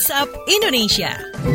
WhatsApp Indonesia.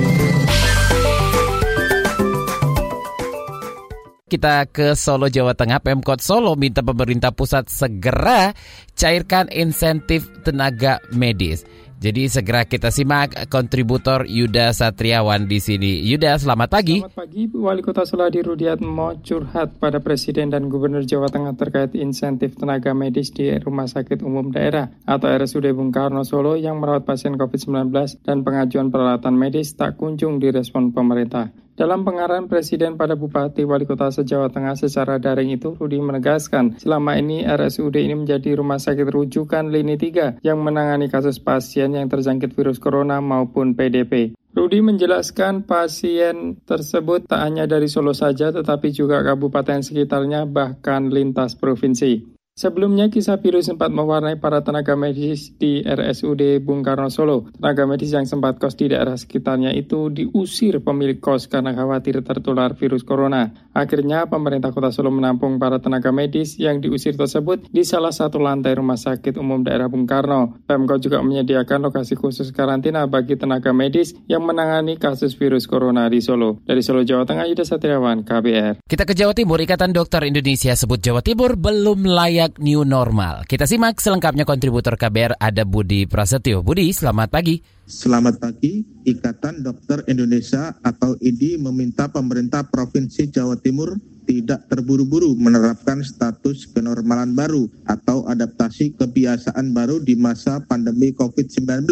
Kita ke Solo, Jawa Tengah. Pemkot Solo minta pemerintah pusat segera cairkan insentif tenaga medis. Jadi segera kita simak kontributor Yuda Satriawan di sini. Yuda, selamat pagi. Selamat pagi, Wali Kota Solo Hadi Rudiatmo curhat pada Presiden dan Gubernur Jawa Tengah terkait insentif tenaga medis di Rumah Sakit Umum Daerah atau RSUD Bung Karno Solo yang merawat pasien COVID-19 dan pengajuan peralatan medis tak kunjung direspon pemerintah. Dalam pengarahan Presiden pada Bupati Wali Kota se-Jawa Tengah secara daring itu, Rudi menegaskan selama ini RSUD ini menjadi rumah sakit rujukan lini 3 yang menangani kasus pasien yang terjangkit virus corona maupun PDP. Rudi menjelaskan pasien tersebut tak hanya dari Solo saja tetapi juga kabupaten sekitarnya bahkan lintas provinsi. Sebelumnya, kisah virus sempat mewarnai para tenaga medis di RSUD Bung Karno Solo. Tenaga medis yang sempat kos di daerah sekitarnya itu diusir pemilik kos karena khawatir tertular virus corona. Akhirnya, pemerintah Kota Solo menampung para tenaga medis yang diusir tersebut di salah satu lantai Rumah Sakit Umum Daerah Bung Karno. Pemkot juga menyediakan lokasi khusus karantina bagi tenaga medis yang menangani kasus virus corona di Solo. Dari Solo, Jawa Tengah, Yuda Satriawan, KBR. Kita ke Jawa Timur. Ikatan Dokter Indonesia sebut Jawa Timur belum layak new normal. Kita simak selengkapnya kontributor KBR ada Budi Prasetyo. Budi, selamat pagi. Selamat pagi. Ikatan Dokter Indonesia atau IDI meminta pemerintah Provinsi Jawa Timur tidak terburu-buru menerapkan status kenormalan baru atau adaptasi kebiasaan baru di masa pandemi COVID-19.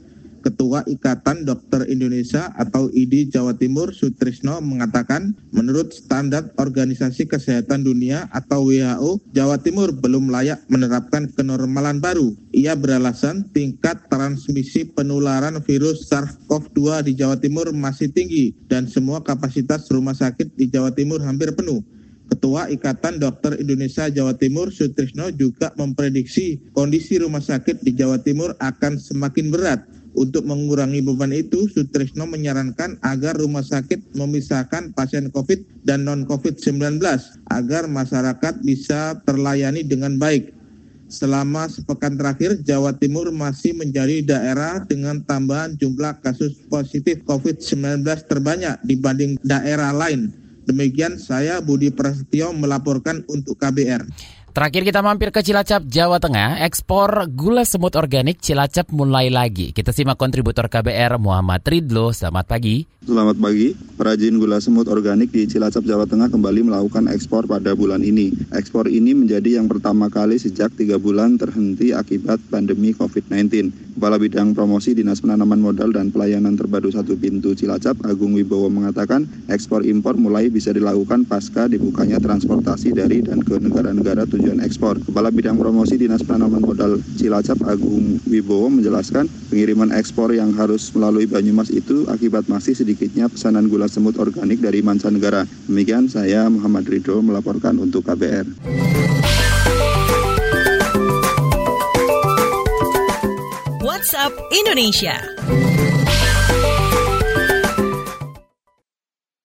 Ketua Ikatan Dokter Indonesia atau IDI Jawa Timur, Sutrisno, mengatakan menurut standar Organisasi Kesehatan Dunia atau WHO, Jawa Timur belum layak menerapkan kenormalan baru. Ia beralasan tingkat transmisi penularan virus SARS-CoV-2 di Jawa Timur masih tinggi dan semua kapasitas rumah sakit di Jawa Timur hampir penuh. Ketua Ikatan Dokter Indonesia Jawa Timur, Sutrisno, juga memprediksi kondisi rumah sakit di Jawa Timur akan semakin berat. Untuk mengurangi beban itu, Sutrisno menyarankan agar rumah sakit memisahkan pasien COVID dan non-COVID-19 agar masyarakat bisa terlayani dengan baik. Selama sepekan terakhir, Jawa Timur masih menjadi daerah dengan tambahan jumlah kasus positif COVID-19 terbanyak dibanding daerah lain. Demikian saya Budi Prasetyo melaporkan untuk KBR. Terakhir kita mampir ke Cilacap, Jawa Tengah. Ekspor gula semut organik Cilacap mulai lagi. Kita simak kontributor KBR Muhammad Ridlo. Selamat pagi. Selamat pagi. Perajin gula semut organik di Cilacap, Jawa Tengah kembali melakukan ekspor pada bulan ini. Ekspor ini menjadi yang pertama kali sejak 3 bulan terhenti akibat pandemi COVID-19. Kepala Bidang Promosi Dinas Penanaman Modal dan Pelayanan Terpadu 1 Pintu Cilacap, Agung Wibowo, mengatakan ekspor impor mulai bisa dilakukan pasca dibukanya transportasi dari dan ke negara-negara tujuan ekspor. Kepala Bidang Promosi Dinas Penanaman Modal Cilacap, Agung Wibowo, menjelaskan pengiriman ekspor yang harus melalui Banyumas itu akibat masih sedikitnya pesanan gula semut organik dari mancanegara. Demikian saya Muhammad Ridho melaporkan untuk KBR. WhatsApp Indonesia.